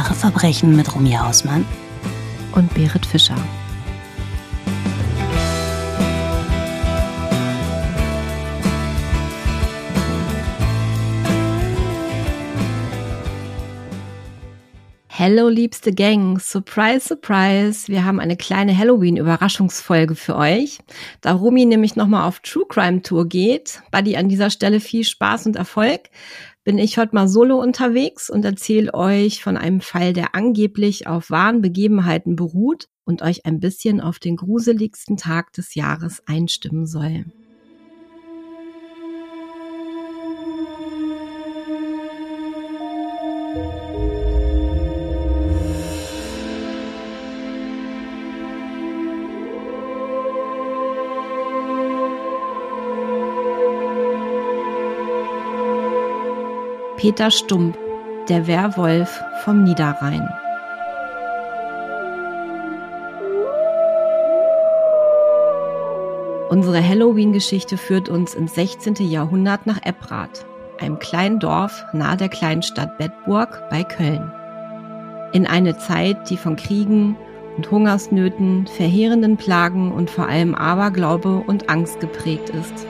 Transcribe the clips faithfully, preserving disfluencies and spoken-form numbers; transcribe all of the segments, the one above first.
Wahre Verbrechen mit Romy Hausmann und Berit Fischer. Hallo liebste Gang, surprise, surprise, wir haben eine kleine Halloween-Überraschungsfolge für euch. Da Romy nämlich nochmal auf True Crime Tour geht, Buddy an dieser Stelle viel Spaß und Erfolg, bin ich heute mal solo unterwegs und erzähle euch von einem Fall, der angeblich auf wahren Begebenheiten beruht und euch ein bisschen auf den gruseligsten Tag des Jahres einstimmen soll. Peter Stump, der Werwolf vom Niederrhein. Unsere Halloween-Geschichte führt uns ins sechzehnten Jahrhundert nach Ebbrath, einem kleinen Dorf nahe der kleinen Stadt Bedburg bei Köln. In eine Zeit, die von Kriegen und Hungersnöten, verheerenden Plagen und vor allem Aberglaube und Angst geprägt ist.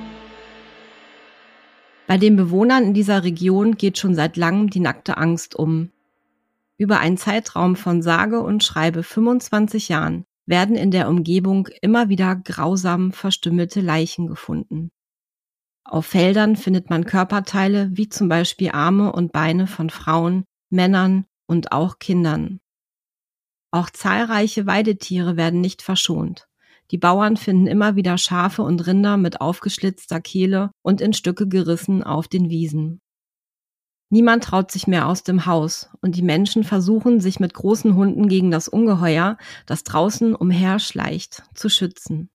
Bei den Bewohnern in dieser Region geht schon seit langem die nackte Angst um. Über einen Zeitraum von sage und schreibe fünfundzwanzig Jahren werden in der Umgebung immer wieder grausam verstümmelte Leichen gefunden. Auf Feldern findet man Körperteile wie zum Beispiel Arme und Beine von Frauen, Männern und auch Kindern. Auch zahlreiche Weidetiere werden nicht verschont. Die Bauern finden immer wieder Schafe und Rinder mit aufgeschlitzter Kehle und in Stücke gerissen auf den Wiesen. Niemand traut sich mehr aus dem Haus und die Menschen versuchen, sich mit großen Hunden gegen das Ungeheuer, das draußen umherschleicht, zu schützen.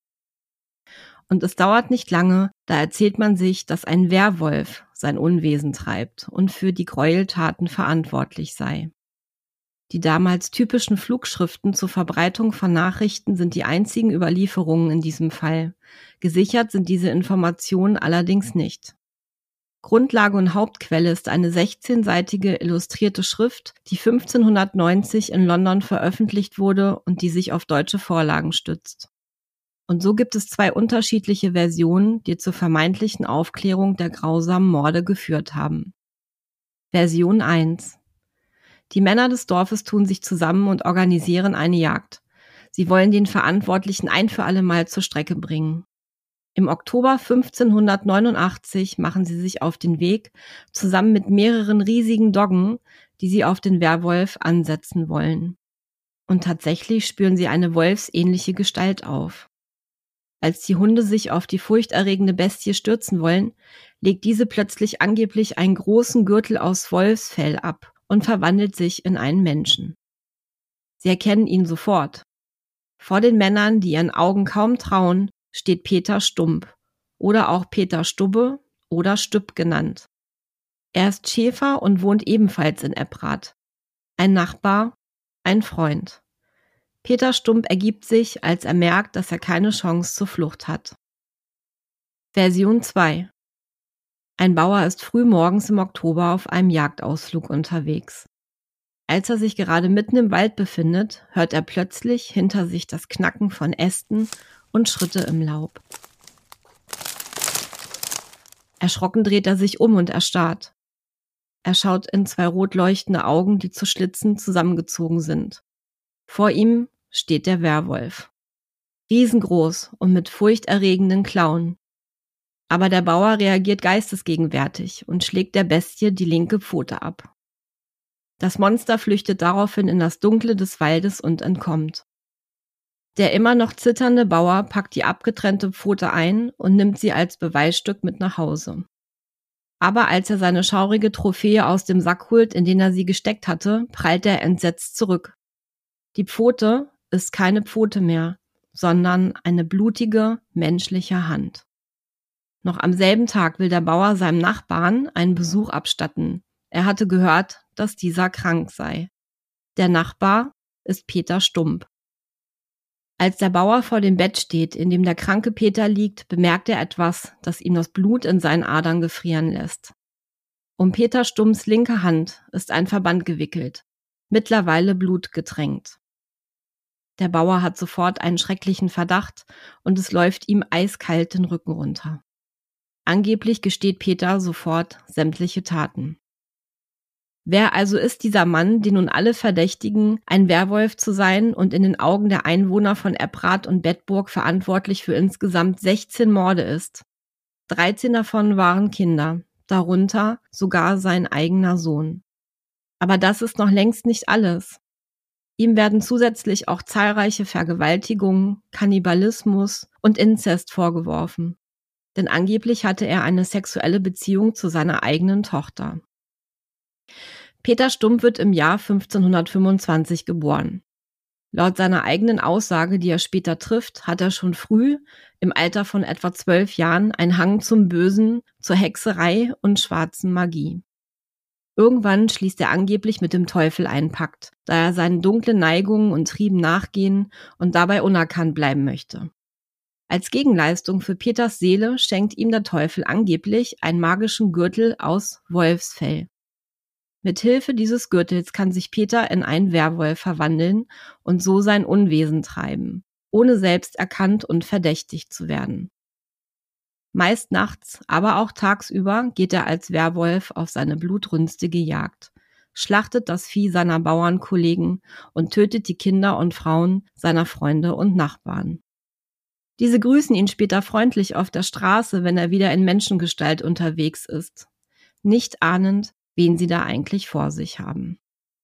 Und es dauert nicht lange, da erzählt man sich, dass ein Werwolf sein Unwesen treibt und für die Gräueltaten verantwortlich sei. Die damals typischen Flugschriften zur Verbreitung von Nachrichten sind die einzigen Überlieferungen in diesem Fall. Gesichert sind diese Informationen allerdings nicht. Grundlage und Hauptquelle ist eine sechzehnseitige illustrierte Schrift, die fünfzehnhundertneunzig in London veröffentlicht wurde und die sich auf deutsche Vorlagen stützt. Und so gibt es zwei unterschiedliche Versionen, die zur vermeintlichen Aufklärung der grausamen Morde geführt haben. Version eins. Die Männer des Dorfes tun sich zusammen und organisieren eine Jagd. Sie wollen den Verantwortlichen ein für alle Mal zur Strecke bringen. Im Oktober fünfzehnhundertneunundachtzig machen sie sich auf den Weg, zusammen mit mehreren riesigen Doggen, die sie auf den Werwolf ansetzen wollen. Und tatsächlich spüren sie eine wolfsähnliche Gestalt auf. Als die Hunde sich auf die furchterregende Bestie stürzen wollen, legt diese plötzlich angeblich einen großen Gürtel aus Wolfsfell ab und verwandelt sich in einen Menschen. Sie erkennen ihn sofort. Vor den Männern, die ihren Augen kaum trauen, steht Peter Stump oder auch Peter Stubbe oder Stüpp genannt. Er ist Schäfer und wohnt ebenfalls in Ebbrath. Ein Nachbar, ein Freund. Peter Stump ergibt sich, als er merkt, dass er keine Chance zur Flucht hat. Version zwei. Ein Bauer ist früh morgens im Oktober auf einem Jagdausflug unterwegs. Als er sich gerade mitten im Wald befindet, hört er plötzlich hinter sich das Knacken von Ästen und Schritte im Laub. Erschrocken dreht er sich um und erstarrt. Er schaut in zwei rot leuchtende Augen, die zu Schlitzen zusammengezogen sind. Vor ihm steht der Werwolf. Riesengroß und mit furchterregenden Klauen. Aber der Bauer reagiert geistesgegenwärtig und schlägt der Bestie die linke Pfote ab. Das Monster flüchtet daraufhin in das Dunkle des Waldes und entkommt. Der immer noch zitternde Bauer packt die abgetrennte Pfote ein und nimmt sie als Beweisstück mit nach Hause. Aber als er seine schaurige Trophäe aus dem Sack holt, in den er sie gesteckt hatte, prallt er entsetzt zurück. Die Pfote ist keine Pfote mehr, sondern eine blutige, menschliche Hand. Noch am selben Tag will der Bauer seinem Nachbarn einen Besuch abstatten. Er hatte gehört, dass dieser krank sei. Der Nachbar ist Peter Stump. Als der Bauer vor dem Bett steht, in dem der kranke Peter liegt, bemerkt er etwas, das ihm das Blut in seinen Adern gefrieren lässt. Um Peter Stumps linke Hand ist ein Verband gewickelt. mittlerweile blutgetränkt. Der Bauer hat sofort einen schrecklichen Verdacht und es läuft ihm eiskalt den Rücken runter. Angeblich gesteht Peter sofort sämtliche Taten. Wer also ist dieser Mann, den nun alle verdächtigen, ein Werwolf zu sein und in den Augen der Einwohner von Ebbrath und Bedburg verantwortlich für insgesamt sechzehn Morde ist? dreizehn davon waren Kinder, darunter sogar sein eigener Sohn. Aber das ist noch längst nicht alles. Ihm werden zusätzlich auch zahlreiche Vergewaltigungen, Kannibalismus und Inzest vorgeworfen. Denn angeblich hatte er eine sexuelle Beziehung zu seiner eigenen Tochter. Peter Stump wird im Jahr fünfzehnhundertfünfundzwanzig geboren. Laut seiner eigenen Aussage, die er später trifft, hat er schon früh, im Alter von etwa zwölf Jahren, einen Hang zum Bösen, zur Hexerei und schwarzen Magie. Irgendwann schließt er angeblich mit dem Teufel einen Pakt, da er seinen dunklen Neigungen und Trieben nachgehen und dabei unerkannt bleiben möchte. Als Gegenleistung für Peters Seele schenkt ihm der Teufel angeblich einen magischen Gürtel aus Wolfsfell. Mit Hilfe dieses Gürtels kann sich Peter in einen Werwolf verwandeln und so sein Unwesen treiben, ohne selbst erkannt und verdächtigt zu werden. Meist nachts, aber auch tagsüber geht er als Werwolf auf seine blutrünstige Jagd, schlachtet das Vieh seiner Bauernkollegen und tötet die Kinder und Frauen seiner Freunde und Nachbarn. Diese grüßen ihn später freundlich auf der Straße, wenn er wieder in Menschengestalt unterwegs ist, nicht ahnend, wen sie da eigentlich vor sich haben.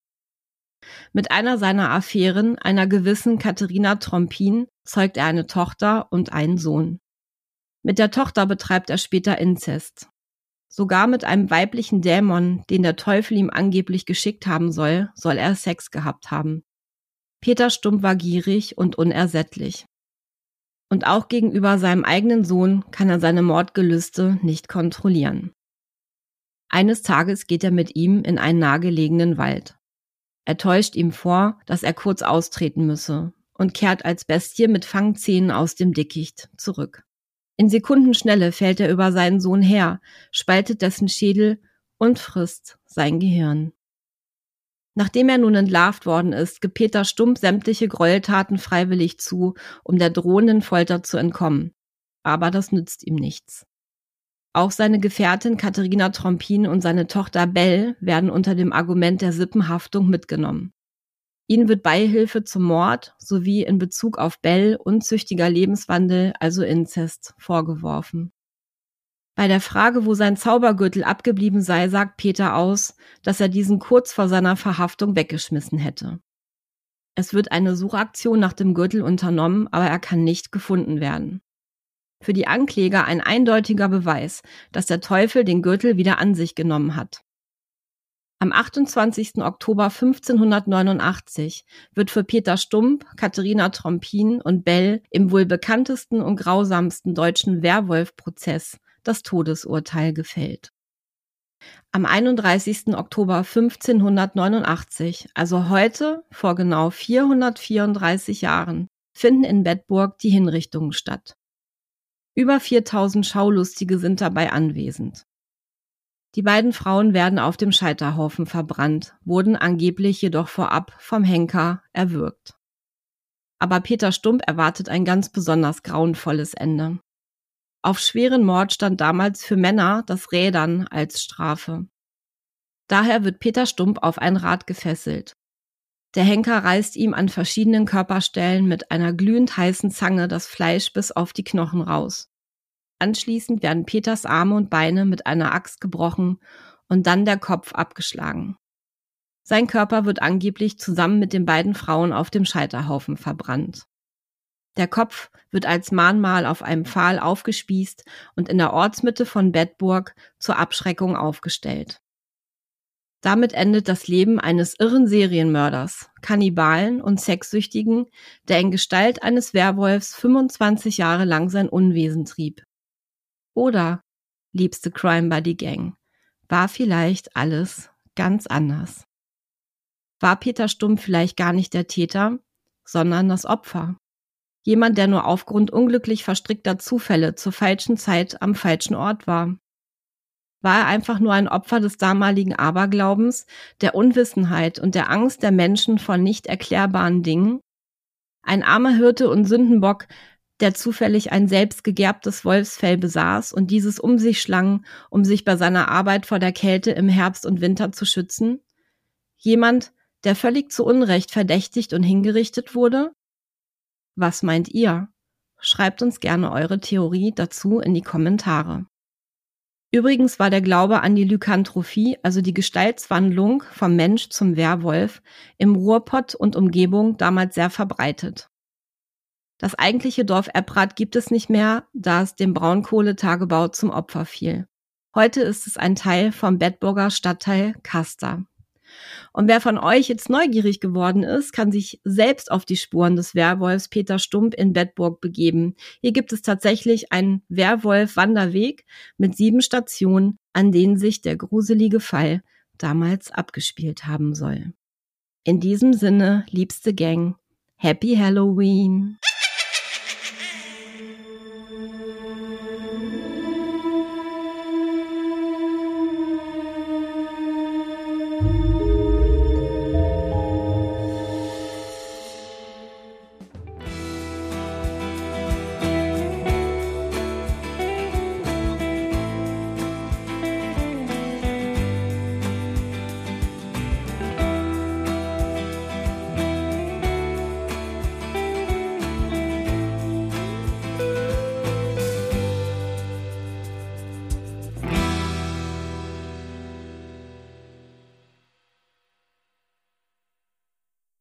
Mit einer seiner Affären, einer gewissen Katharina Trompin, zeugt er eine Tochter und einen Sohn. Mit der Tochter betreibt er später Inzest. Sogar mit einem weiblichen Dämon, den der Teufel ihm angeblich geschickt haben soll, soll er Sex gehabt haben. Peter Stump war gierig und unersättlich. Und auch gegenüber seinem eigenen Sohn kann er seine Mordgelüste nicht kontrollieren. Eines Tages geht er mit ihm in einen nahegelegenen Wald. Er täuscht ihm vor, dass er kurz austreten müsse und kehrt als Bestie mit Fangzähnen aus dem Dickicht zurück. In Sekundenschnelle fällt er über seinen Sohn her, spaltet dessen Schädel und frisst sein Gehirn. Nachdem er nun entlarvt worden ist, gibt Peter Stump sämtliche Gräueltaten freiwillig zu, um der drohenden Folter zu entkommen. Aber das nützt ihm nichts. Auch seine Gefährtin Katharina Trompin und seine Tochter Belle werden unter dem Argument der Sippenhaftung mitgenommen. Ihnen wird Beihilfe zum Mord sowie in Bezug auf Belle unzüchtiger Lebenswandel, also Inzest, vorgeworfen. Bei der Frage, wo sein Zaubergürtel abgeblieben sei, sagt Peter aus, dass er diesen kurz vor seiner Verhaftung weggeschmissen hätte. Es wird eine Suchaktion nach dem Gürtel unternommen, aber er kann nicht gefunden werden. Für die Ankläger ein eindeutiger Beweis, dass der Teufel den Gürtel wieder an sich genommen hat. Am achtundzwanzigsten Oktober fünfzehnhundertneunundachtzig wird für Peter Stump, Katharina Trompin und Belle im wohl bekanntesten und grausamsten deutschen Werwolf-Prozess das Todesurteil gefällt. Am einunddreißigsten Oktober fünfzehnhundertneunundachtzig, also heute vor genau vierhundertvierunddreißig Jahren, finden in Bedburg die Hinrichtungen statt. Über viertausend Schaulustige sind dabei anwesend. Die beiden Frauen werden auf dem Scheiterhaufen verbrannt, wurden angeblich jedoch vorab vom Henker erwürgt. Aber Peter Stump erwartet ein ganz besonders grauenvolles Ende. Auf schweren Mord stand damals für Männer das Rädern als Strafe. Daher wird Peter Stump auf ein Rad gefesselt. Der Henker reißt ihm an verschiedenen Körperstellen mit einer glühend heißen Zange das Fleisch bis auf die Knochen raus. Anschließend werden Peters Arme und Beine mit einer Axt gebrochen und dann der Kopf abgeschlagen. Sein Körper wird angeblich zusammen mit den beiden Frauen auf dem Scheiterhaufen verbrannt. Der Kopf wird als Mahnmal auf einem Pfahl aufgespießt und in der Ortsmitte von Bedburg zur Abschreckung aufgestellt. Damit endet das Leben eines irren Serienmörders, Kannibalen und Sexsüchtigen, der in Gestalt eines Werwolfs fünfundzwanzig Jahre lang sein Unwesen trieb. Oder, liebste Crime Buddy Gang, war vielleicht alles ganz anders? War Peter Stump vielleicht gar nicht der Täter, sondern das Opfer? Jemand, der nur aufgrund unglücklich verstrickter Zufälle zur falschen Zeit am falschen Ort war? War er einfach nur ein Opfer des damaligen Aberglaubens, der Unwissenheit und der Angst der Menschen vor nicht erklärbaren Dingen? Ein armer Hirte und Sündenbock, der zufällig ein selbst gegerbtes Wolfsfell besaß und dieses um sich schlang, um sich bei seiner Arbeit vor der Kälte im Herbst und Winter zu schützen? Jemand, der völlig zu Unrecht verdächtigt und hingerichtet wurde? Was meint ihr? Schreibt uns gerne eure Theorie dazu in die Kommentare. Übrigens war der Glaube an die Lykanthropie, also die Gestaltswandlung vom Mensch zum Werwolf, im Ruhrpott und Umgebung damals sehr verbreitet. Das eigentliche Dorf Ebbrath gibt es nicht mehr, da es dem Braunkohletagebau zum Opfer fiel. Heute ist es ein Teil vom Bedburger Stadtteil Kaster. Und wer von euch jetzt neugierig geworden ist, kann sich selbst auf die Spuren des Werwolfs Peter Stump in Bedburg begeben. Hier gibt es tatsächlich einen Werwolf-Wanderweg mit sieben Stationen, an denen sich der gruselige Fall damals abgespielt haben soll. In diesem Sinne, liebste Gang, Happy Halloween!